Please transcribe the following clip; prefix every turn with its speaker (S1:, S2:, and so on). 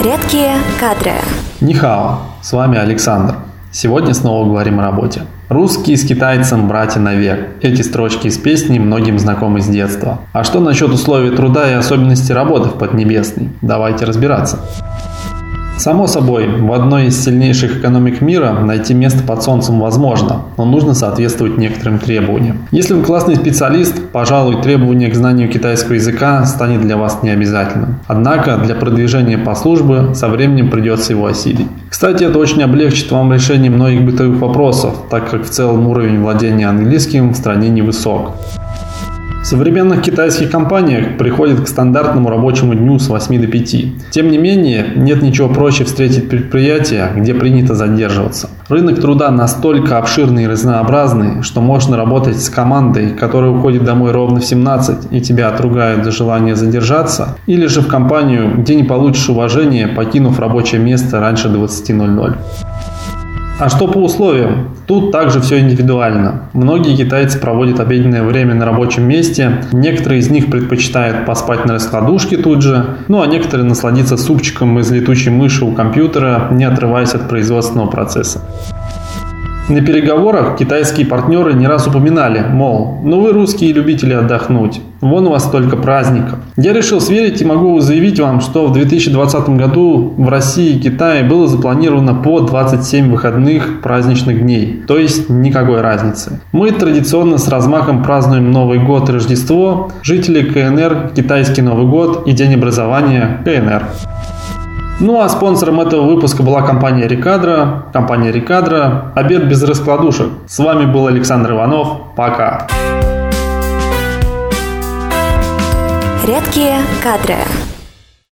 S1: Редкие кадры.
S2: Нихао, с вами Александр. Сегодня снова говорим о работе. Русские с китайцем братья навек. Эти строчки из песни многим знакомы с детства. А что насчет условий труда и особенностей работы в Поднебесной? Давайте разбираться. Само собой, в одной из сильнейших экономик мира найти место под солнцем возможно, но нужно соответствовать некоторым требованиям. Если вы классный специалист, пожалуй, требование к знанию китайского языка станет для вас необязательным. Однако для продвижения по службе со временем придется его осилить. Кстати, это очень облегчит вам решение многих бытовых вопросов, так как в целом уровень владения английским в стране невысок. В современных китайских компаниях приходят к стандартному рабочему дню с 8 до 5. Тем не менее, нет ничего проще встретить предприятие, где принято задерживаться. Рынок труда настолько обширный и разнообразный, что можно работать с командой, которая уходит домой ровно в 17 и тебя отругают за желание задержаться, или же в компанию, где не получишь уважения, покинув рабочее место раньше 20:00. А что по условиям? Тут также все индивидуально. Многие китайцы проводят обеденное время на рабочем месте, некоторые из них предпочитают поспать на раскладушке тут же, а некоторые насладиться супчиком из летучей мыши у компьютера, не отрываясь от производственного процесса. На переговорах китайские партнеры не раз упоминали, мол, вы русские любители отдохнуть, вон у вас столько праздников. Я решил сверить и могу заявить вам, что в 2020 году в России и Китае было запланировано по 27 выходных праздничных дней, то есть никакой разницы. Мы традиционно с размахом празднуем Новый год и Рождество, жители КНР – китайский Новый год и День образования КНР. А спонсором этого выпуска была компания Рикадра. Обед без раскладушек. С вами был Александр Иванов. Пока.
S1: Редкие кадры.